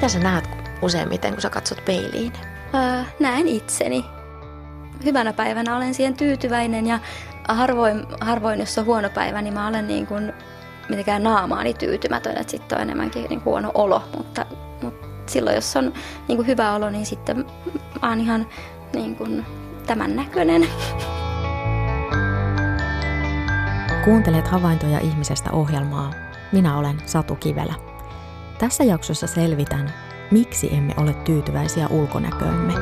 Mitä sä näet useimmiten, kun sä katsot peiliin? Näen itseni. Hyvänä päivänä olen siihen tyytyväinen ja harvoin jos on huono päivä, niin mä olen niin kuin mitenkään naamaani tyytymätön, että sitten on enemmänkin niin huono olo. Mutta silloin, jos on niin kuin hyvä olo, niin sitten mä oon ihan niin kuin tämän näköinen. Kuuntelet Havaintoja ihmisestä -ohjelmaa. Minä olen Satu Kivelä. Tässä jaksossa selvitän, miksi emme ole tyytyväisiä ulkonäköömme.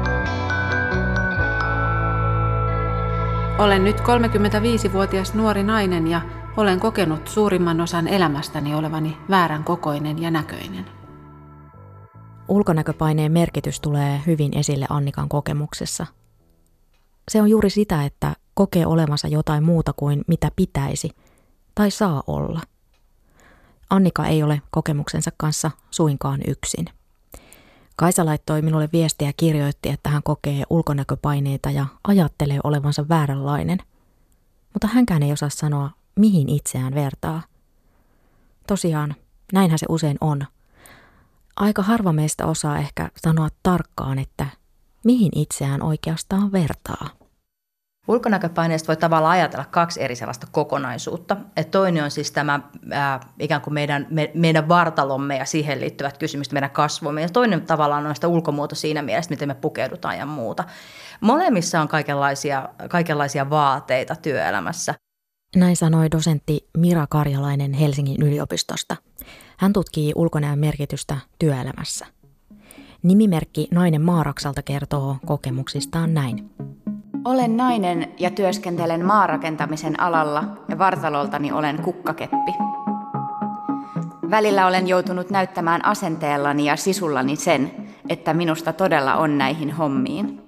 Olen nyt 35-vuotias nuori nainen ja olen kokenut suurimman osan elämästäni olevani väärän kokoinen ja näköinen. Ulkonäköpaineen merkitys tulee hyvin esille Annikan kokemuksessa. Se on juuri sitä, että kokee olevansa jotain muuta kuin mitä pitäisi tai saa olla. Annika ei ole kokemuksensa kanssa suinkaan yksin. Kaisa laittoi minulle viestiä ja kirjoitti, että hän kokee ulkonäköpaineita ja ajattelee olevansa vääränlainen. Mutta hänkään ei osaa sanoa, mihin itseään vertaa. Tosiaan, näinhän se usein on. Aika harva meistä osaa ehkä sanoa tarkkaan, että mihin itseään oikeastaan vertaa. Ulkonäköpaineesta voi tavallaan ajatella kaksi eri sellaista kokonaisuutta. Et toinen on siis tämä ikään kuin meidän vartalomme ja siihen liittyvät kysymykset, meidän kasvomme. Ja toinen tavallaan on sitä ulkomuoto siinä mielessä, miten me pukeudutaan ja muuta. Molemmissa on kaikenlaisia vaateita työelämässä. Näin sanoi dosentti Mira Karjalainen Helsingin yliopistosta. Hän tutkii ulkonäön merkitystä työelämässä. Nimimerkki Nainen Maaraksalta kertoo kokemuksistaan näin. Olen nainen ja työskentelen maarakentamisen alalla ja vartaloltani olen kukkakeppi. Välillä olen joutunut näyttämään asenteellani ja sisullani sen, että minusta todella on näihin hommiin.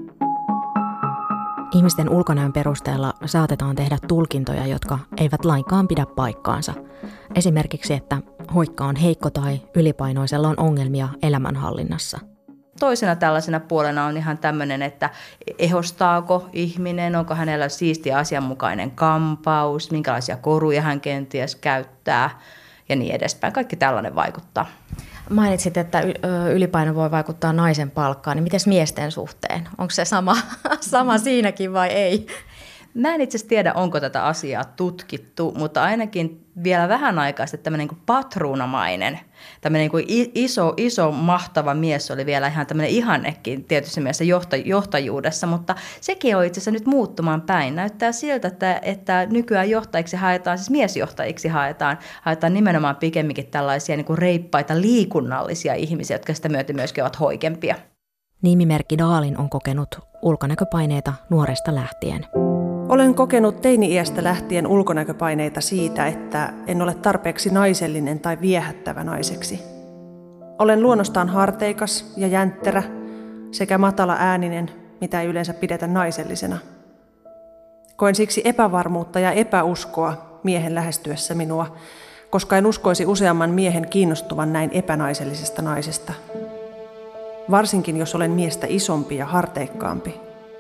Ihmisten ulkonäön perusteella saatetaan tehdä tulkintoja, jotka eivät lainkaan pidä paikkaansa. Esimerkiksi, että hoikka on heikko tai ylipainoisella on ongelmia elämänhallinnassa. Toisena tällaisena puolena on ihan tämmöinen, että ehostaako ihminen, onko hänellä siisti ja asianmukainen kampaus, minkälaisia koruja hän kenties käyttää ja niin edespäin. Kaikki tällainen vaikuttaa. Mainitsit, että ylipaino voi vaikuttaa naisen palkkaan, niin miten miesten suhteen? Onko se sama siinäkin vai ei? Mä en itse asiassa tiedä, onko tätä asiaa tutkittu, mutta ainakin vielä vähän aikaa sitten tämmöinen niin kuin patruunamainen, tämmöinen niin kuin iso mahtava mies oli vielä ihan tämmöinen ihannekin tietyssä mielessä johtajuudessa, mutta sekin on itse asiassa nyt muuttumaan päin. Näyttää siltä, että nykyään johtajiksi haetaan, siis miesjohtajiksi haetaan nimenomaan pikemminkin tällaisia niin kuin reippaita liikunnallisia ihmisiä, jotka sitä myöten myöskin ovat hoikempia. Nimimerkki Daalin on kokenut ulkonäköpaineita nuoresta lähtien. Olen kokenut teini-iästä lähtien ulkonäköpaineita siitä, että en ole tarpeeksi naisellinen tai viehättävä naiseksi. Olen luonnostaan harteikas ja jäntterä sekä matala ääninen, mitä ei yleensä pidetä naisellisena. Koen siksi epävarmuutta ja epäuskoa miehen lähestyessä minua, koska en uskoisi useamman miehen kiinnostuvan näin epänaisellisesta naisesta. Varsinkin jos olen miestä isompi ja harteikkaampi.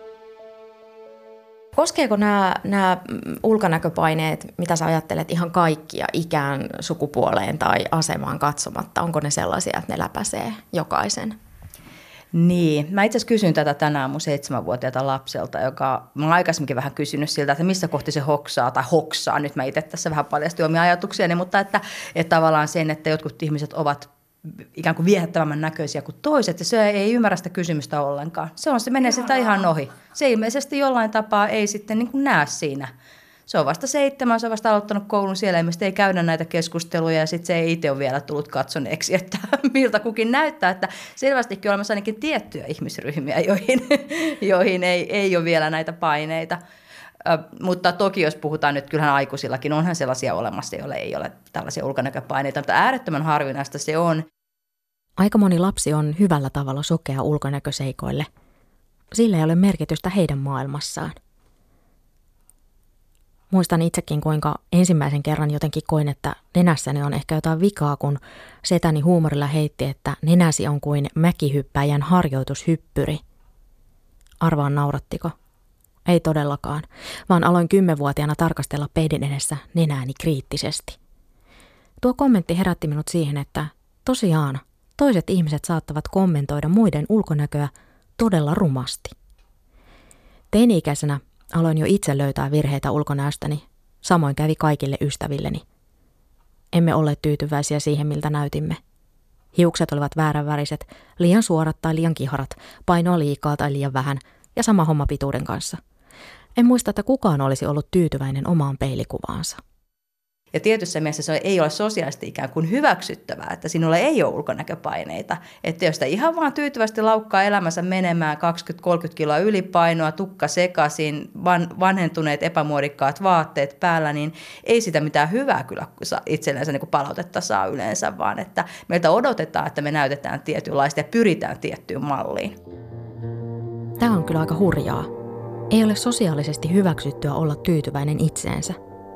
Koskeeko nämä ulkonäköpaineet, mitä sä ajattelet, ihan kaikkia ikään, sukupuoleen tai asemaan katsomatta? Onko ne sellaisia, että ne läpäisee jokaisen? Niin, mä itse asiassa kysyin tätä tänään mun 7-vuotiaalta lapselta, mä oon aikaisemminkin vähän kysynyt siltä, että missä kohti se hoksaa. Nyt mä itse tässä vähän paljastin omia ajatuksiani, mutta että tavallaan sen, että jotkut ihmiset ovat ikään kuin viehättävämmän näköisiä kuin toiset, ja se ei ymmärrä sitä kysymystä ollenkaan. Se menee sitä ihan ohi. Se ilmeisesti jollain tapaa ei sitten niin kuin näe siinä. Se on vasta 7, se on vasta aloittanut koulun siellä, ilmeisesti ei käydä näitä keskusteluja, ja sitten se ei itse ole vielä tullut katsoneeksi, että miltä kukin näyttää, että selvästikin on olemassa ainakin tiettyjä ihmisryhmiä, joihin ei ole vielä näitä paineita. Mutta toki jos puhutaan nyt, kyllähän aikuisillakin onhan sellaisia olemassa, joille ei ole tällaisia ulkonäköpaineita, mutta äärettömän harvinaista se on. Aika moni lapsi on hyvällä tavalla sokea ulkonäköseikoille. Sillä ei ole merkitystä heidän maailmassaan. Muistan itsekin, kuinka ensimmäisen kerran jotenkin koin, että nenässäni on ehkä jotain vikaa, kun setäni huumorilla heitti, että nenäsi on kuin mäkihyppäjän harjoitushyppyri. Arvaan naurattiko? Ei todellakaan, vaan aloin 10-vuotiaana tarkastella peilin edessä nenääni kriittisesti. Tuo kommentti herätti minut siihen, että toiset ihmiset saattavat kommentoida muiden ulkonäköä todella rumasti. Teini-ikäisenä aloin jo itse löytää virheitä ulkonäöstäni, samoin kävi kaikille ystävilleni. Emme olleet tyytyväisiä siihen, miltä näytimme. Hiukset olivat vääränväriset, liian suorat tai liian kiharat, painoa liikaa tai liian vähän ja sama homma pituuden kanssa. En muista, että kukaan olisi ollut tyytyväinen omaan peilikuvaansa. Ja tietyssä mielessä se ei ole sosiaalisesti ikään kuin hyväksyttävää, että sinulla ei ole ulkonäköpaineita. Että jos sitä ihan vaan tyytyvästi laukkaa elämänsä menemään 20-30 kiloa ylipainoa, tukka sekaisin, vanhentuneet epämuodikkaat vaatteet päällä, niin ei sitä mitään hyvää kyllä itsellensä niin kuin palautetta saa yleensä, vaan että meiltä odotetaan, että me näytetään tietynlaista ja pyritään tiettyyn malliin. Tämä on kyllä aika hurjaa. Ei ole sosiaalisesti hyväksyttyä olla tyytyväinen itseensä.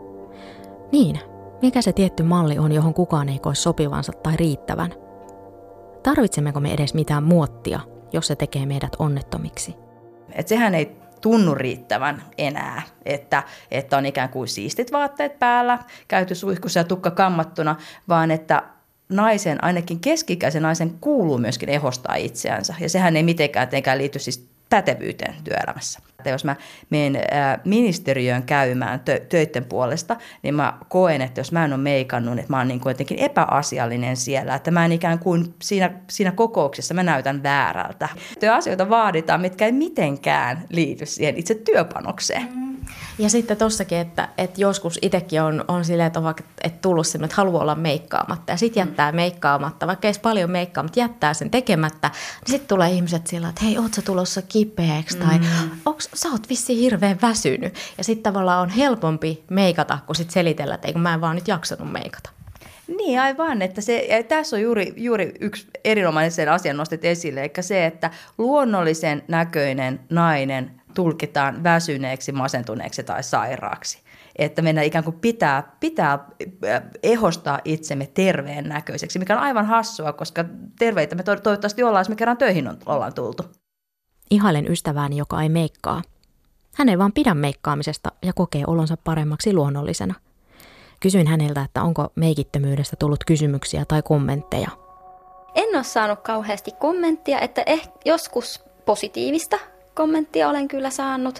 Niin, mikä se tietty malli on, johon kukaan ei koe sopivansa tai riittävän? Tarvitsemmeko me edes mitään muottia, jos se tekee meidät onnettomiksi? Et sehän ei tunnu riittävän enää, että on ikään kuin siistit vaatteet päällä, käyty suihkussa ja tukka kammattuna, vaan että naisen, ainakin keski-ikäisen naisen, kuuluu myöskin ehostaa itseänsä. Ja sehän ei mitenkään liity siis pätevyyteen työelämässä. Että jos mä menen ministeriöön käymään töiden puolesta, niin mä koen, että jos mä en ole meikannut, että mä oon niin kuin jotenkin epäasiallinen siellä, että mä en ikään kuin siinä kokouksessa mä näytän väärältä. Työasioita vaaditaan, mitkä ei mitenkään liity siihen itse työpanokseen. Ja sitten tossakin, että joskus itsekin on silleen, että tullut sellainen, että haluaa olla meikkaamatta ja sitten jättää meikkaamatta, vaikka ei edes paljon meikkaa, mutta jättää sen tekemättä, niin sitten tulee ihmiset sillä, että hei, oot sä tulossa kipeäksi tai sä oot vissiin hirveän väsynyt. Ja sitten tavallaan on helpompi meikata, kuin sitten selitellä, että eikö mä en vaan nyt jaksanut meikata. Niin, aivan. Että tässä on juuri yksi erinomainen asian nostit esille, eli se, että luonnollisen näköinen nainen tulkitaan väsyneeksi, masentuneeksi tai sairaaksi. Että meidän ikään kuin pitää ehostaa itsemme terveen näköiseksi, mikä on aivan hassua, koska terveitä me toivottavasti ollaan, jos me kerran töihin ollaan tultu. Ihailen ystävääni, joka ei meikkaa. Hän ei vaan pidä meikkaamisesta ja kokee olonsa paremmaksi luonnollisena. Kysyin häneltä, että onko meikittömyydestä tullut kysymyksiä tai kommentteja. En ole saanut kauheasti kommenttia, että joskus positiivista kommenttia olen kyllä saanut.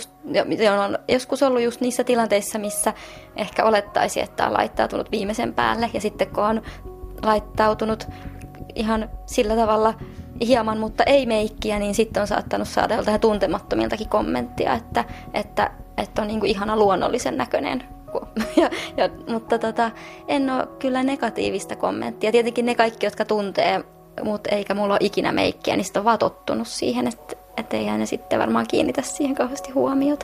On joskus ollut just niissä tilanteissa, missä ehkä olettaisi, että on laittautunut viimeisen päälle. Ja sitten kun on laittautunut ihan sillä tavalla hieman, mutta ei meikkiä, niin sitten on saattanut saada joltain tuntemattomiltakin kommenttia, että on niin kuin ihana luonnollisen näköinen. Mutta en ole kyllä negatiivista kommenttia. Tietenkin ne kaikki, jotka tuntee mut eikä mulla ole ikinä meikkiä, niin sitten on vaan tottunut siihen, että eihän ne sitten varmaan kiinnitä siihen kauheasti huomiota.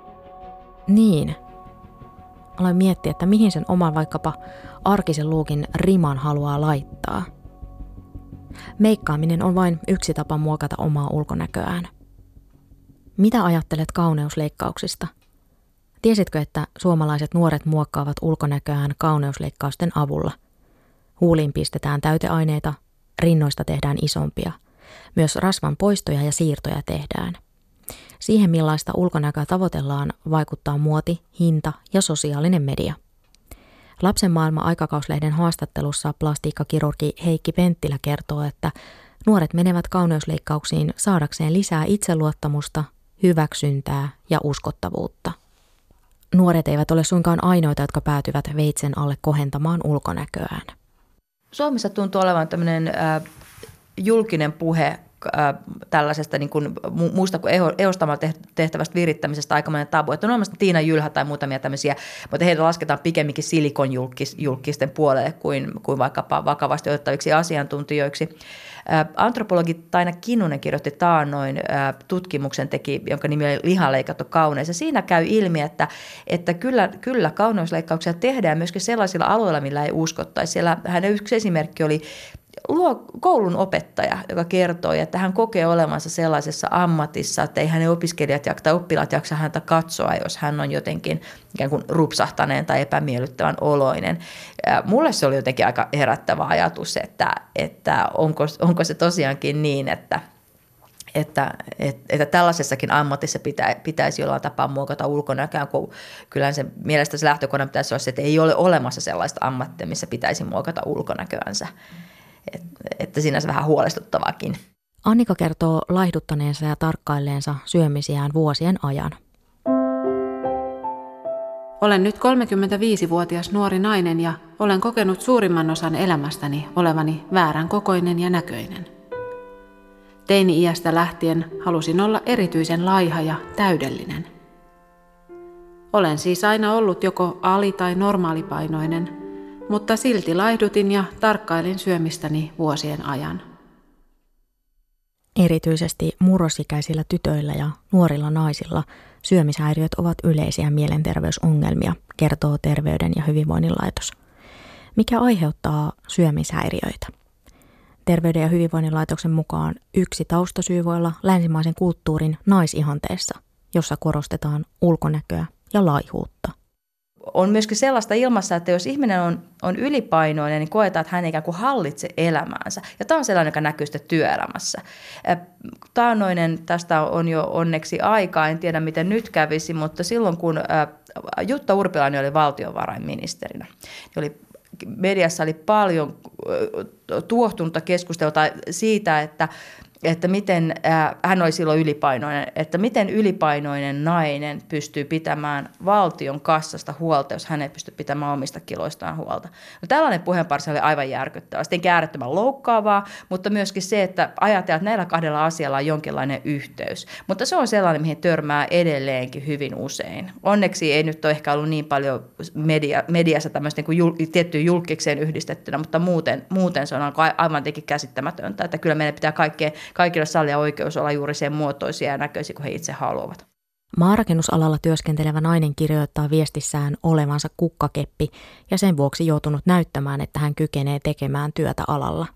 Niin. Aloin miettiä, että mihin sen oman vaikkapa arkisen luukin riman haluaa laittaa. Meikkaaminen on vain yksi tapa muokata omaa ulkonäköään. Mitä ajattelet kauneusleikkauksista? Tiesitkö, että suomalaiset nuoret muokkaavat ulkonäköään kauneusleikkausten avulla? Huuliin pistetään täyteaineita, rinnoista tehdään isompia. Myös rasvan poistoja ja siirtoja tehdään. Siihen, millaista ulkonäköä tavoitellaan, vaikuttaa muoti, hinta ja sosiaalinen media. Lapsen maailma -aikakauslehden haastattelussa plastiikkakirurgi Heikki Penttilä kertoo, että nuoret menevät kauneusleikkauksiin saadakseen lisää itseluottamusta, hyväksyntää ja uskottavuutta. Nuoret eivät ole suinkaan ainoita, jotka päätyvät veitsen alle kohentamaan ulkonäköään. Suomessa tuntuu olevan tämmöinen julkinen puhe tällaisesta niin kuin muusta kuin ehostamalla tehtävästä virittämisestä aikamoinen tabu. Että on olemassa Tiina Jylhä tai muutamia tämmöisiä, mutta heitä lasketaan pikemminkin silikonjulkisten puolelle kuin vaikkapa vakavasti otettaviksi asiantuntijoiksi. Antropologi Taina Kinnunen kirjoitti taannoin tutkimuksen jonka nimi oli Lihaleikattu kauneus. Ja siinä käy ilmi, että kyllä kauneusleikkauksia tehdään myöskin sellaisilla alueilla, millä ei uskottaisi. Siellä hänen yksi esimerkki oli koulun opettaja, joka kertoi, että hän kokee olevansa sellaisessa ammatissa, että ei hänen opiskelijat tai oppilaat jaksa häntä katsoa, jos hän on jotenkin ikään kuin rupsahtaneen tai epämiellyttävän oloinen. Mulle se oli jotenkin aika herättävä ajatus, että onko se tosiaankin niin, että tällaisessakin ammatissa pitäisi jollain tapaa muokata ulkonäköä, kun kyllä se mielestäni se lähtökohdan pitäisi olla se, että ei ole olemassa sellaista ammattia, missä pitäisi muokata ulkonäköänsä. että siinä on vähän huolestuttavaakin. Annika kertoo laihduttaneensa ja tarkkailleensa syömisiään vuosien ajan. Olen nyt 35-vuotias nuori nainen ja olen kokenut suurimman osan elämästäni olevani väärän kokoinen ja näköinen. Teini-iästä lähtien halusin olla erityisen laiha ja täydellinen. Olen siis aina ollut joko ali- tai normaalipainoinen, mutta silti laihdutin ja tarkkailin syömistäni vuosien ajan. Erityisesti murrosikäisillä tytöillä ja nuorilla naisilla syömishäiriöt ovat yleisiä mielenterveysongelmia, kertoo Terveyden ja hyvinvoinnin laitos. Mikä aiheuttaa syömishäiriöitä? Terveyden ja hyvinvoinnin laitoksen mukaan yksi taustasyy voi olla länsimaisen kulttuurin naisihanteessa, jossa korostetaan ulkonäköä ja laihuutta. On myöskin sellaista ilmassa, että jos ihminen on ylipainoinen, niin koetaan, että hän ei ikään kuin hallitse elämäänsä. Ja tämä on sellainen, joka näkyy sitten työelämässä. Taannoinen, tästä on jo onneksi aikaa, en tiedä miten nyt kävisi, mutta silloin kun Jutta Urpilainen oli valtiovarainministerinä, niin mediassa oli paljon tuohtunutta keskustelua siitä, että miten, hän oli silloin ylipainoinen, että miten ylipainoinen nainen pystyy pitämään valtion kassasta huolta, jos hän ei pysty pitämään omista kiloistaan huolta. No, tällainen puheenparsi oli aivan järkyttävää, sitten äärettömän loukkaavaa, mutta myöskin se, että ajatellaan, että näillä kahdella asialla on jonkinlainen yhteys. Mutta se on sellainen, mihin törmää edelleenkin hyvin usein. Onneksi ei nyt ole ehkä ollut niin paljon mediassa tämmöistä niin tiettyyn julkikseen yhdistettynä, mutta muuten se on aivan tietenkin käsittämätöntä, että kyllä meidän pitää kaikille sallia oikeus olla juuri sen muotoisia ja näköisiä kuin he itse haluavat. Maarakennusalalla työskentelevä nainen kirjoittaa viestissään olevansa kukkakeppi ja sen vuoksi joutunut näyttämään, että hän kykenee tekemään työtä alalla.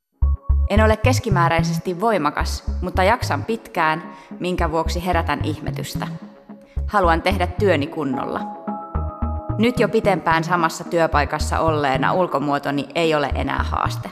En ole keskimääräisesti voimakas, mutta jaksan pitkään, minkä vuoksi herätän ihmetystä. Haluan tehdä työni kunnolla. Nyt jo pitempään samassa työpaikassa olleena ulkomuotoni ei ole enää haaste.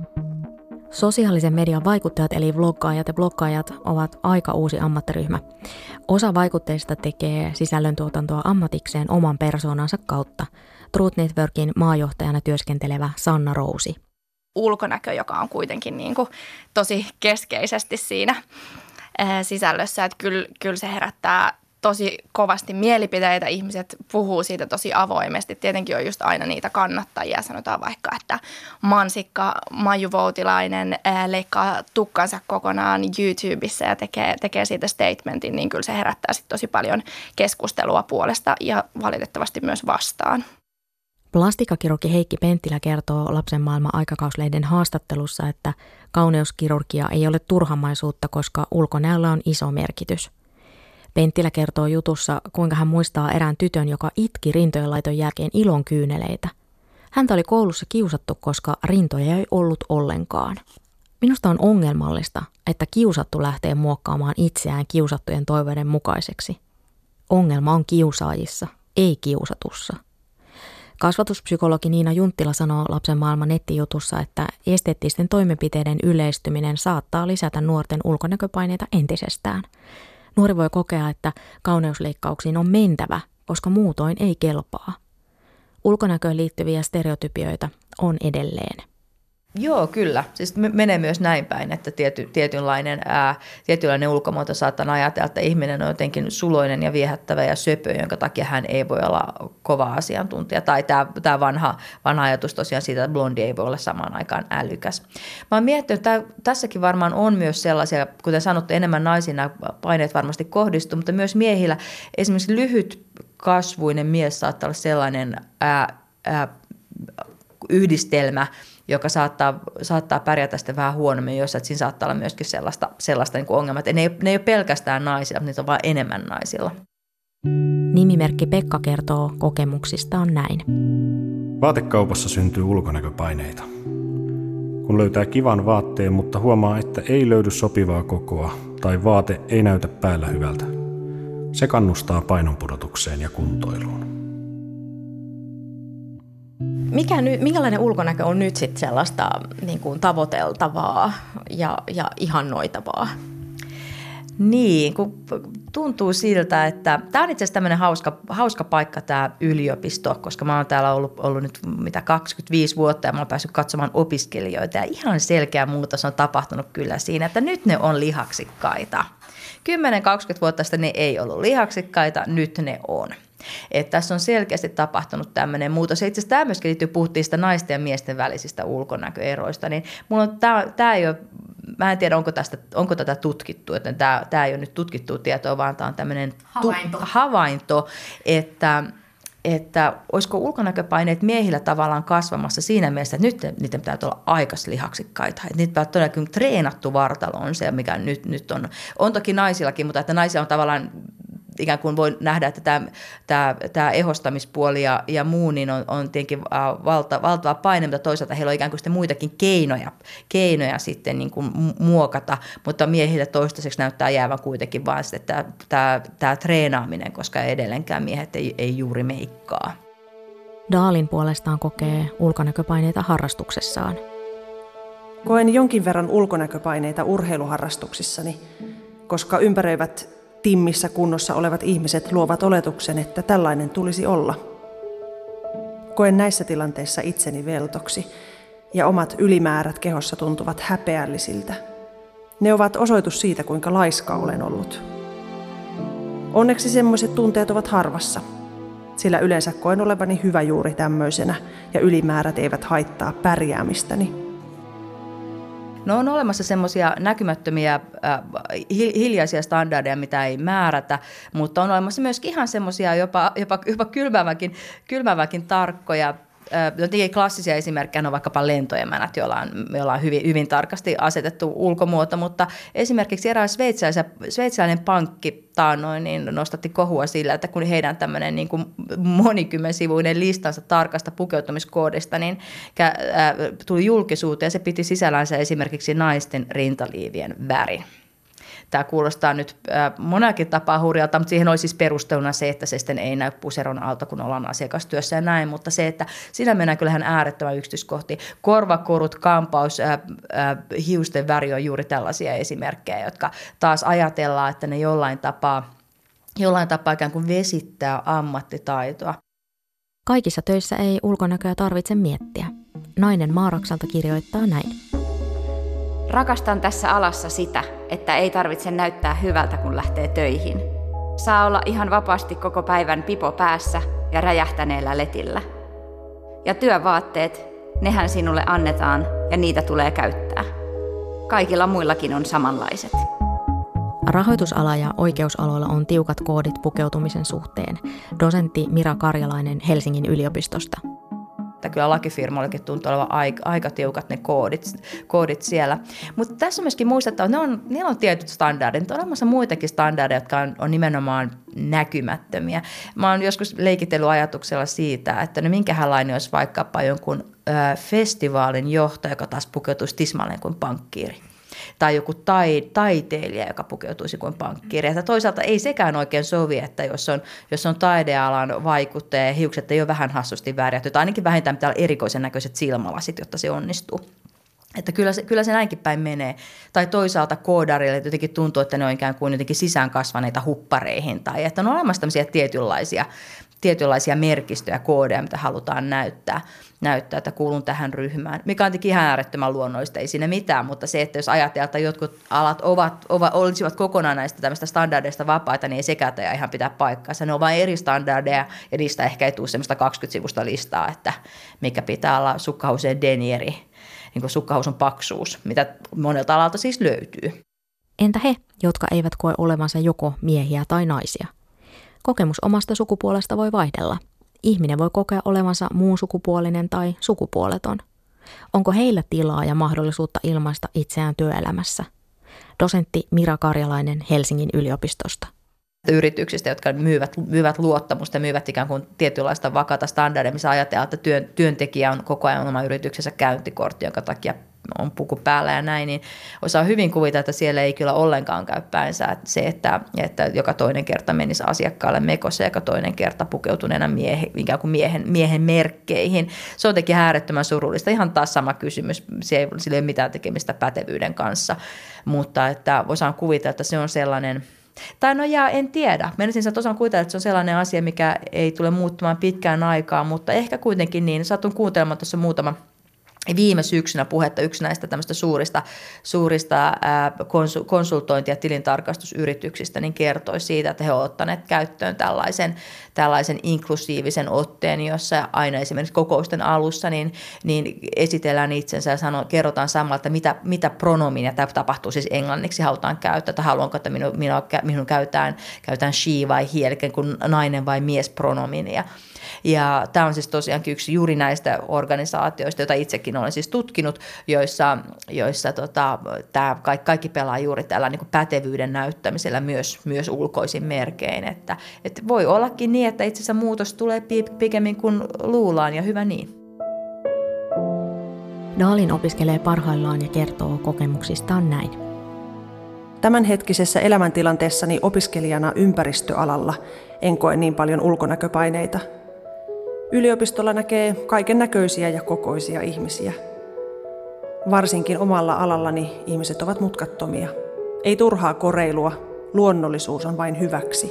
Sosiaalisen median vaikuttajat eli vloggaajat ja bloggaajat ovat aika uusi ammattiryhmä. Osa vaikutteista tekee sisällöntuotantoa ammatikseen oman persoonansa kautta. Truth Networkin maajohtajana työskentelevä Sanna Rousi. Ulkonäkö, joka on kuitenkin niin kuin tosi keskeisesti siinä sisällössä, että kyllä se herättää tosi kovasti mielipiteitä, ihmiset puhuu siitä tosi avoimesti. Tietenkin on just aina niitä kannattajia, sanotaan vaikka, että mansikka Maiju Voutilainen leikkaa tukkansa kokonaan YouTubessa ja tekee siitä statementin, niin kyllä se herättää sitten tosi paljon keskustelua puolesta ja valitettavasti myös vastaan. Plastikkakirurgi Heikki Penttilä kertoo Lapsen maailma -aikakauslehden haastattelussa, että kauneuskirurgia ei ole turhamaisuutta, koska ulkonäöllä on iso merkitys. Penttilä kertoo jutussa, kuinka hän muistaa erään tytön, joka itki rintojenlaiton jälkeen ilon kyyneleitä. Häntä oli koulussa kiusattu, koska rintoja ei ollut ollenkaan. Minusta on ongelmallista, että kiusattu lähtee muokkaamaan itseään kiusattujen toiveiden mukaiseksi. Ongelma on kiusaajissa, ei kiusatussa. Kasvatuspsykologi Niina Junttila sanoo Lapsen maailman nettijutussa, että esteettisten toimenpiteiden yleistyminen saattaa lisätä nuorten ulkonäköpaineita entisestään. Nuori voi kokea, että kauneusleikkauksiin on mentävä, koska muutoin ei kelpaa. Ulkonäköön liittyviä stereotypioita on edelleen. Joo, kyllä. Siis menee myös näin päin, että tietynlainen ulkomuoto saattaa ajatella, että ihminen on jotenkin suloinen ja viehättävä ja söpö, jonka takia hän ei voi olla kova asiantuntija. Tai tämä vanha ajatus tosiaan siitä, että blondi ei voi olla samaan aikaan älykäs. Mä oon miettinyt, että tässäkin varmaan on myös sellaisia, kuten sanottu, enemmän naisiin nämä paineet varmasti kohdistuu, mutta myös miehillä esimerkiksi lyhytkasvuinen mies saattaa olla sellainen yhdistelmä, joka saattaa pärjätä sitten vähän huonommin, jos siinä saattaa olla myöskin sellaista niin kuin ongelmaa, että ne ei ole pelkästään naisilla, mutta niitä on vaan enemmän naisilla. Nimimerkki Pekka kertoo kokemuksistaan näin. Vaatekaupassa syntyy ulkonäköpaineita. Kun löytää kivan vaatteen, mutta huomaa, että ei löydy sopivaa kokoa tai vaate ei näytä päällä hyvältä. Se kannustaa painonpudotukseen ja kuntoiluun. Minkälainen ulkonäkö on nyt sitten sellaista niin kuin tavoiteltavaa ja ihannoitavaa? Niin, kun tuntuu siltä, että tämä on itse asiassa tämmöinen hauska paikka tämä yliopisto, koska mä oon täällä ollut nyt 25 vuotta ja mä oon päässyt katsomaan opiskelijoita ja ihan selkeä muutos on tapahtunut kyllä siinä, että nyt ne on lihaksikkaita. 10-20 vuotta sitten ne ei ollut lihaksikkaita, nyt ne on. Että tässä on selkeästi tapahtunut tämmöinen muutos. Itse asiassa tämä myöskin liittyy, puhuttiin sitä naisten ja miesten välisistä ulkonäköeroista, niin tämä ei ole, mä en tiedä onko tätä tutkittu, että tämä ei ole nyt tutkittua tietoa, vaan tämä on tämmöinen havainto, että olisiko ulkonäköpaineet miehillä tavallaan kasvamassa siinä mielessä, että nyt niiden pitää olla aikas lihaksikkaita. Että niitä pitää todellakin treenattu vartalo on se, mikä nyt on. On toki naisillakin, mutta että naisia on tavallaan ikään kuin voi nähdä, että tämä ehostamispuoli ja muu niin on tietenkin valtava paine, mutta toisaalta heillä on ikään kuin sitten muitakin keinoja sitten niin kuin muokata, mutta miehille toistaiseksi näyttää jäävän kuitenkin vaan sitten tämä treenaaminen, koska edelleenkään miehet ei juuri meikkaa. Daalin puolestaan kokee ulkonäköpaineita harrastuksessaan. Koen jonkin verran ulkonäköpaineita urheiluharrastuksissani, koska ympäröivät timmissä kunnossa olevat ihmiset luovat oletuksen, että tällainen tulisi olla. Koen näissä tilanteissa itseni veltoksi ja omat ylimäärät kehossa tuntuvat häpeällisiltä. Ne ovat osoitus siitä, kuinka laiska olen ollut. Onneksi semmoiset tunteet ovat harvassa, sillä yleensä koen olevani hyvä juuri tämmöisenä ja ylimäärät eivät haittaa pärjäämistäni. No on olemassa semmoisia näkymättömiä hiljaisia standardeja, mitä ei määrätä, mutta on olemassa myös ihan semmoisia jopa kylmääväkin tarkkoja. Jotenkin klassisia esimerkkejä on vaikkapa lentoemänät, joilla on hyvin tarkasti asetettu ulkomuoto, mutta esimerkiksi eräs sveitsiläinen pankki taannoin niin nostatti kohua sillä, että kun heidän tämmöinen niin kuin monikymmensivuinen listansa tarkasta pukeutumiskoodista niin tuli julkisuuteen ja se piti sisällänsä esimerkiksi naisten rintaliivien värin. Tämä kuulostaa nyt monellakin tapaa hurjalta, mutta siihen oli siis perusteluna se, että se sitten ei näy puseron alta, kun ollaan asiakastyössä ja näin, mutta se, että siinä mennään kyllähän äärettömän yksityiskohtiin. Korvakorut, kampaus, hiusten väri on juuri tällaisia esimerkkejä, jotka taas ajatellaan, että ne jollain tapaa ikään kuin vesittää ammattitaitoa. Kaikissa töissä ei ulkonäköä tarvitse miettiä. Nainen Maaraksalta kirjoittaa näin. Rakastan tässä alassa sitä, että ei tarvitse näyttää hyvältä, kun lähtee töihin. Saa olla ihan vapaasti koko päivän pipo päässä ja räjähtäneellä letillä. Ja työvaatteet, nehän sinulle annetaan ja niitä tulee käyttää. Kaikilla muillakin on samanlaiset. Rahoitusala ja oikeusaloilla on tiukat koodit pukeutumisen suhteen. Dosentti Mira Karjalainen Helsingin yliopistosta. Kyllä lakifirmoillekin tuntuu olevan aika tiukat ne koodit siellä. Mutta tässä on myöskin muistettava, että niillä on tietyt standardit. On olemassa muitakin standardeja, jotka on nimenomaan näkymättömiä. Mä oon joskus leikitellyt ajatuksella siitä, että no minkälainen olisi vaikkapa jonkun festivaalin johtaja, joka taas pukeutuisi tismalleen kuin pankkiiri. Tai joku taiteilija, joka pukeutuisi kuin pankkiiri. Ja toisaalta ei sekään oikein sovi, että jos on taidealan vaikuttaja ja hiukset ei ole vähän hassusti värjätty, tai ainakin vähintään pitää olla erikoisen näköiset silmälasit, jotta se onnistuu. Että kyllä se näinkin päin menee. Tai toisaalta koodarille jotenkin tuntuu, että ne on ikään kuin jotenkin sisään kasvaneita huppareihin, tai että on olemassa tämmöisiä tietynlaisia merkistöjä, koodeja, mitä halutaan näyttää, että kuulun tähän ryhmään. Mikä on tietenkin ihan äärettömän luonnollista, ei siinä mitään, mutta se, että jos ajatellaan, että jotkut alat olisivat kokonaan näistä tämmöistä standardeista vapaita, niin ei sekään ihan pitää paikkaansa. Ne on vain eri standardeja, ja niistä ehkä ei tule semmoista 20-sivusta listaa, että mikä pitää olla sukkahousen denieri, niin kuin sukkahousun paksuus, mitä monelta alalta siis löytyy. Entä he, jotka eivät koe olevansa joko miehiä tai naisia? Kokemus omasta sukupuolesta voi vaihdella. Ihminen voi kokea olevansa muun sukupuolinen tai sukupuoleton. Onko heillä tilaa ja mahdollisuutta ilmaista itseään työelämässä? Dosentti Mira Karjalainen Helsingin yliopistosta. Yrityksistä, jotka myyvät luottamusta ja myyvät ikään kuin tietynlaista vakaata standardia, missä ajatellaan, että työntekijä on koko ajan oma yrityksensä käyntikortti, jonka takia on puku päällä ja näin, niin osaa hyvin kuvitella, että siellä ei kyllä ollenkaan käy päinsä. Että se, että joka toinen kerta menisi asiakkaalle mekossa ja joka toinen kerta pukeutuneena ikään kuin miehen merkkeihin. Se on jotenkin äärettömän surullista. Ihan taas sama kysymys. Sillä ei ole mitään tekemistä pätevyyden kanssa, mutta että osaan kuvitella, että se on sellainen. Tai no en tiedä. Menisin osaan kuvitella, että se on sellainen asia, mikä ei tule muuttumaan pitkään aikaa, mutta ehkä kuitenkin niin. Satun kuuntelemaan tuossa muutama viime syksynä puhetta yksi näistä tämmöistä suurista konsultointi- ja tilintarkastusyrityksistä niin kertoi siitä, että he ovat ottaneet käyttöön tällaisen inklusiivisen otteen, jossa aina esimerkiksi kokousten alussa niin esitellään itsensä ja kerrotaan samalla, että mitä pronominia, tämä tapahtuu siis englanniksi, halutaan käyttää, että haluanko, että minun käytetään she vai he, eli kuin nainen vai mies pronominia. Ja tämä on siis tosiaankin yksi juuri näistä organisaatioista, joita itsekin olen siis tutkinut, joissa tämä kaikki pelaa juuri tällä niin kuin pätevyyden näyttämisellä myös ulkoisin merkein. Että voi ollakin niin, että itse asiassa muutos tulee pikemmin kuin luullaan ja hyvä niin. Dahlin opiskelee parhaillaan ja kertoo kokemuksistaan näin. Tämänhetkisessä elämäntilanteessani opiskelijana ympäristöalalla en koe niin paljon ulkonäköpaineita. Yliopistolla näkee kaiken näköisiä ja kokoisia ihmisiä. Varsinkin omalla alallani ihmiset ovat mutkattomia. Ei turhaa koreilua, luonnollisuus on vain hyväksi.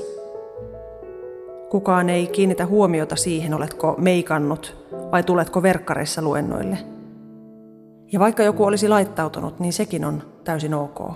Kukaan ei kiinnitä huomiota siihen, oletko meikannut vai tuletko verkkareissa luennoille. Ja vaikka joku olisi laittautunut, niin sekin on täysin ok.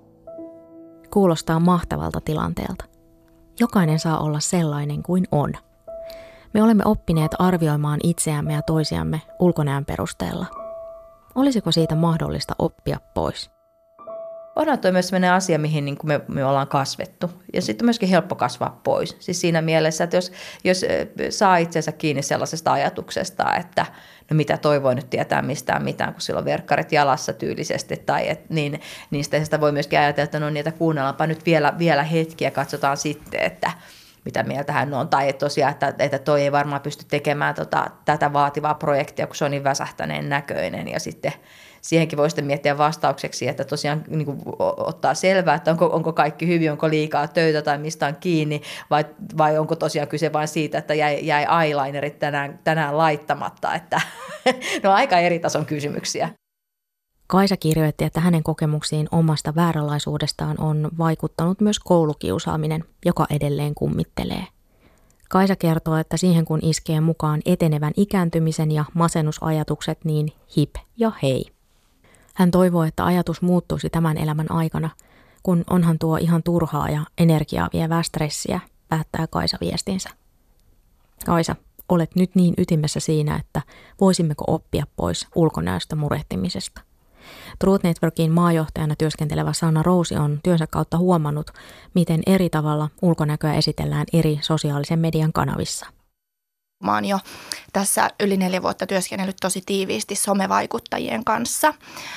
Kuulostaa mahtavalta tilanteelta. Jokainen saa olla sellainen kuin on. Me olemme oppineet arvioimaan itseämme ja toisiamme ulkonäön perusteella. Olisiko siitä mahdollista oppia pois? Onhan tuo myös sellainen asia, mihin niin kuin me ollaan kasvettu. Ja sitten on myöskin helppo kasvaa pois. Siis siinä mielessä, että jos saa itsensä kiinni sellaisesta ajatuksesta, että no mitä toi voi nyt tietää mistään mitään, kun sillä on verkkarit jalassa tyylisesti, niin sitä voi myöskin ajatella, että no niitä kuunnellaanpa nyt vielä hetki ja katsotaan sitten, että mitä mieltä hän on. Tai tosiaan, että toi ei varmaan pysty tekemään tätä vaativaa projektia, kun se on niin väsähtäneen näköinen. Ja sitten siihenkin voi sitten miettiä vastaukseksi, että tosiaan niin kuin ottaa selvää, että onko kaikki hyvin, onko liikaa töitä tai mistä on kiinni, vai onko tosiaan kyse vain siitä, että jäi eyelinerit tänään laittamatta. Että ne on aika eri tason kysymyksiä. Kaisa kirjoitti, että hänen kokemuksiin omasta vääränlaisuudestaan on vaikuttanut myös koulukiusaaminen, joka edelleen kummittelee. Kaisa kertoo, että siihen kun iskee mukaan etenevän ikääntymisen ja masennusajatukset, niin hip ja hei. Hän toivoo, että ajatus muuttuisi tämän elämän aikana, kun onhan tuo ihan turhaa ja energiaa vievää stressiä, päättää Kaisa viestinsä. Kaisa, olet nyt niin ytimessä siinä, että voisimmeko oppia pois ulkonäöstä murehtimisesta. Truth Networkin maajohtajana työskentelevä Sanna Rousi on työnsä kautta huomannut, miten eri tavalla ulkonäköä esitellään eri sosiaalisen median kanavissa. Mä oon jo tässä yli 4 vuotta työskennellyt tosi tiiviisti somevaikuttajien kanssa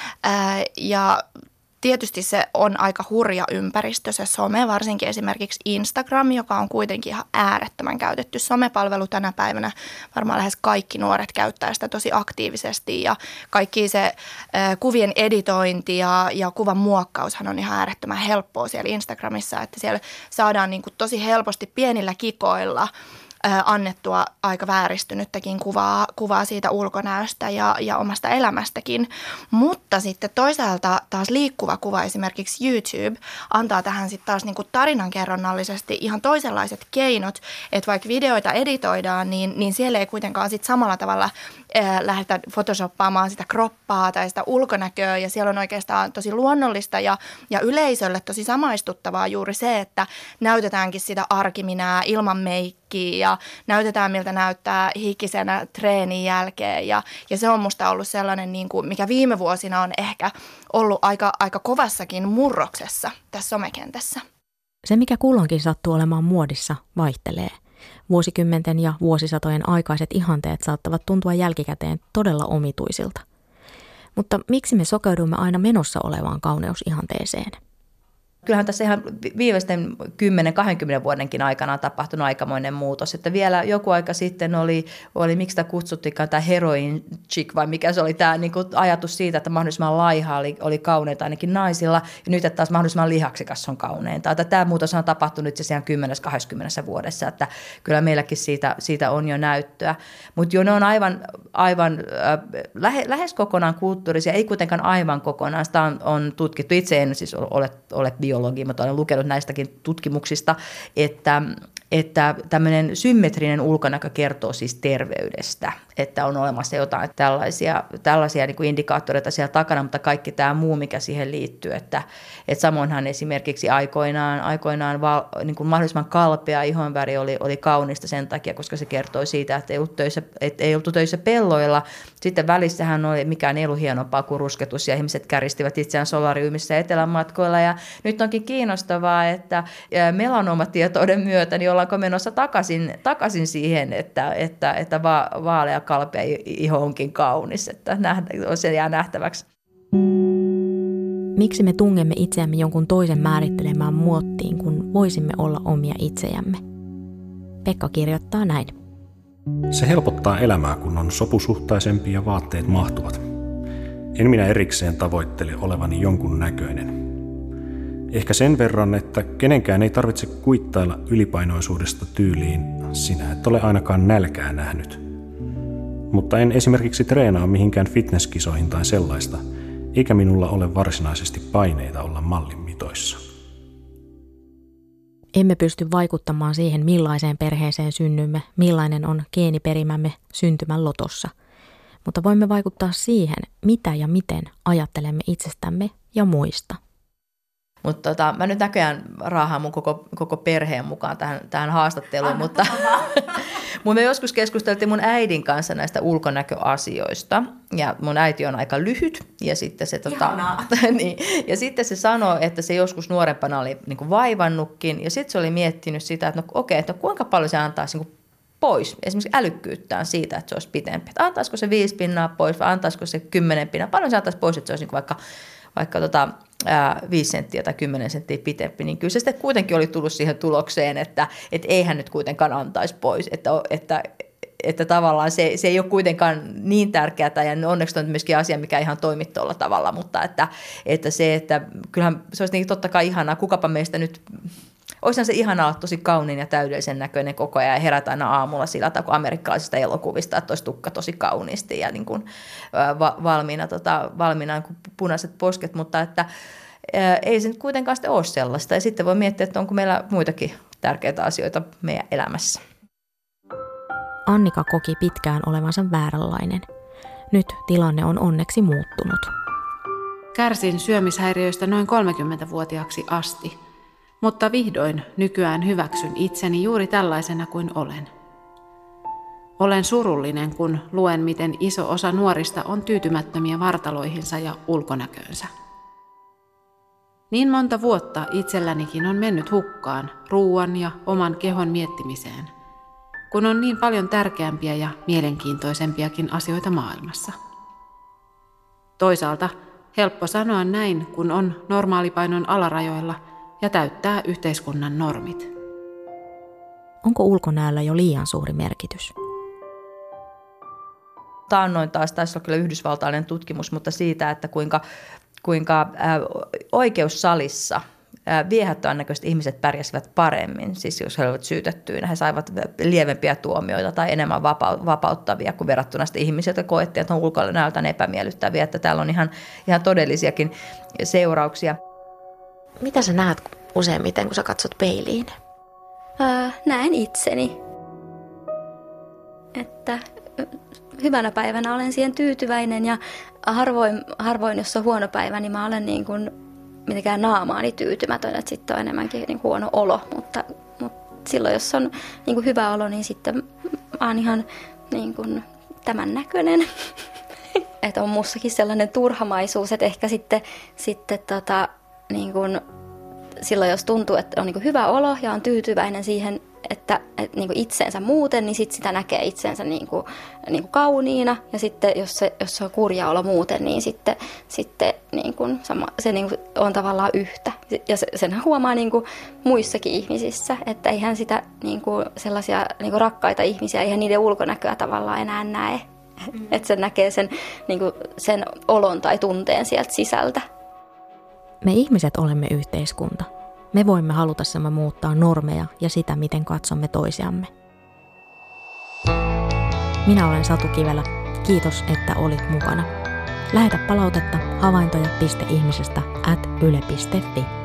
ja tietysti se on aika hurja ympäristö se some, varsinkin esimerkiksi Instagram, joka on kuitenkin ihan äärettömän käytetty somepalvelu tänä päivänä. Varmaan lähes kaikki nuoret käyttää sitä tosi aktiivisesti ja kaikki se kuvien editointi ja kuvan muokkaushan on ihan äärettömän helppoa siellä Instagramissa, että siellä saadaan niin kuin tosi helposti pienillä kikoilla annettua aika vääristynyttäkin kuvaa siitä ulkonäöstä ja omasta elämästäkin. Mutta sitten toisaalta taas liikkuva kuva, esimerkiksi YouTube, antaa tähän sitten taas niinku tarinankerronnallisesti ihan toisenlaiset keinot, että vaikka videoita editoidaan, niin siellä ei kuitenkaan sitten samalla tavalla lähdetä photoshoppaamaan sitä kroppaa tai sitä ulkonäköä, ja siellä on oikeastaan tosi luonnollista ja yleisölle tosi samaistuttavaa juuri se, että näytetäänkin sitä arkiminää ilman meikkiä ja näytetään, miltä näyttää hikisenä treenin jälkeen. Ja se on musta ollut sellainen, niin kuin, mikä viime vuosina on ehkä ollut aika kovassakin murroksessa tässä somekentässä. Se, mikä kulloinkin sattuu olemaan muodissa, vaihtelee. Vuosikymmenten ja vuosisatojen aikaiset ihanteet saattavat tuntua jälkikäteen todella omituisilta. Mutta miksi me sokeudumme aina menossa olevaan kauneusihanteeseen? Kyllähän tässä ihan viimeisten 10-20 vuodenkin aikana on tapahtunut aikamoinen muutos, että vielä joku aika sitten oli miksi sitä kutsuttiinkaan tämä heroin chick vai mikä se oli tämä niin kuin ajatus siitä, että mahdollisimman laiha oli kauneinta ainakin naisilla ja nyt että taas mahdollisimman lihaksikas on kauneinta. Tämä muutos on tapahtunut itse asiassa 10-20 vuodessa, että kyllä meilläkin siitä on jo näyttöä, mutta jo ne on aivan lähes kokonaan kulttuurisia, ei kuitenkaan aivan kokonaan, sitä on tutkittu, itse en siis ole biologi, mutta olen lukenut näistäkin tutkimuksista, että tämmöinen symmetrinen ulkonäkö kertoo siis terveydestä, että on olemassa jotain tällaisia niin kuin indikaattoreita siellä takana, mutta kaikki tämä muu, mikä siihen liittyy, että samoinhan esimerkiksi aikoinaan niin kuin mahdollisimman kalpea ihonväri oli kaunista sen takia, koska se kertoi siitä, että ei oltu töissä pelloilla. Sitten välissähän oli mikään ei ollut hienompaa kuin rusketus ja ihmiset käristivät itseään solariumissa etelämatkoilla ja nyt onkin kiinnostavaa, että melanoma-tietouden myötä niin ollaanko menossa takaisin siihen, että vaalea kalpea iho onkin kaunis, että se jää nähtäväksi. Miksi me tungemme itseämme jonkun toisen määrittelemään muottiin, kun voisimme olla omia itsejämme? Pekka kirjoittaa näin. Se helpottaa elämää, kun on sopusuhtaisempi ja vaatteet mahtuvat. En minä erikseen tavoittele olevani jonkun näköinen. Ehkä sen verran, että kenenkään ei tarvitse kuittailla ylipainoisuudesta tyyliin, sinä et ole ainakaan nälkää nähnyt. Mutta en esimerkiksi treenaa mihinkään fitnesskisoihin tai sellaista, eikä minulla ole varsinaisesti paineita olla mallin mitoissa. Emme pysty vaikuttamaan siihen, millaiseen perheeseen synnymme, millainen on geeniperimämme syntymän lotossa. Mutta voimme vaikuttaa siihen, mitä ja miten ajattelemme itsestämme ja muista. Mutta mä nyt näköjään raahaan mun koko perheen mukaan tähän haastatteluun, mutta me joskus keskusteltiin mun äidin kanssa näistä ulkonäköasioista ja mun äiti on aika lyhyt ja sitten se, niin, ja sitten se sanoi, että se joskus nuorempana oli niin kuin vaivannutkin ja sitten se oli miettinyt sitä, että no okei, että kuinka paljon se antaisi niin kuin pois esimerkiksi älykkyyttään siitä, että se olisi pitempi. Että antaisiko se 5 pinnaa pois vai antaisiko se 10 pinnaa, paljon se antaisi pois, että se olisi niin vaikka 5 senttiä tai 10 senttiä pitempi, niin kyllä se sitten kuitenkin oli tullut siihen tulokseen, että eihän nyt kuitenkaan antaisi pois, että tavallaan se ei ole kuitenkaan niin tärkeää, ja onneksi on myöskin asia, mikä ihan toimi tuolla tavalla, mutta että kyllähän se olisi niin totta kai ihanaa, kukapa meistä nyt, olisihan se ihanaa olla tosi kauniin ja täydellisen näköinen koko ajan ja herätä aina aamulla sillä tavalla kuin amerikkalaisista elokuvista, että olisi tukka tosi kauniisti ja niin kuin valmiina niin kuin punaiset posket, mutta että ei se nyt kuitenkaan sitten ole sellaista. Ja sitten voi miettiä, että onko meillä muitakin tärkeitä asioita meidän elämässä. Annika koki pitkään olevansa vääränlainen. Nyt tilanne on onneksi muuttunut. Kärsin syömishäiriöistä noin 30-vuotiaaksi asti. Mutta vihdoin nykyään hyväksyn itseni juuri tällaisena kuin olen. Olen surullinen, kun luen, miten iso osa nuorista on tyytymättömiä vartaloihinsa ja ulkonäköönsä. Niin monta vuotta itsellänikin on mennyt hukkaan ruuan ja oman kehon miettimiseen, kun on niin paljon tärkeämpiä ja mielenkiintoisempiakin asioita maailmassa. Toisaalta helppo sanoa näin, kun on normaalipainon alarajoilla ja täyttää yhteiskunnan normit. Onko ulkonäöllä jo liian suuri merkitys? Taannoin taas, taisi olla kyllä yhdysvaltainen tutkimus, mutta siitä, että kuinka oikeussalissa viehättävän näköiset ihmiset pärjäsivät paremmin. Siis jos he olivat syytettyinä, he saivat lievempiä tuomioita tai enemmän vapauttavia kuin verrattuna sitten ihmisiä, jotka koettiin, että on ulkonäöltään epämiellyttäviä, että täällä on ihan todellisiakin seurauksia. Mitä sä näet useimmiten, kun sä katsot peiliin? Näen itseni. Että hyvänä päivänä olen siihen tyytyväinen ja harvoin jos on huono päivä, niin mä olen niin kuin mitenkään naamaani tyytymätön, että sitten on enemmänkin niin huono olo, mutta silloin jos on niin kuin hyvä olo, niin sitten mä oon ihan niin kuin tämän näköinen. Että on mussakin sellainen turhamaisuus, että ehkä sitten niin kuin silloin jos tuntuu, että on niin kuin hyvä olo ja on tyytyväinen siihen että niin kuin itsensä muuten, niin sit sitä näkee itsensä niin kuin kauniina. Ja sitten jos se on kurja olo muuten, niin sitten niin kuin se niin kuin on tavallaan yhtä. Ja senhän huomaa niin kuin muissakin ihmisissä, että eihän sitä niin kuin sellaisia niin kuin rakkaita ihmisiä, eihän niiden ulkonäköä tavallaan enää näe. Että se näkee niin kuin sen olon tai tunteen sieltä sisältä. Me ihmiset olemme yhteiskunta. Me voimme halutessamme muuttaa normeja ja sitä, miten katsomme toisiamme. Minä olen Satu Kivelä. Kiitos, että olit mukana. Lähetä palautetta havaintoja.ihmisestä@yle.fi.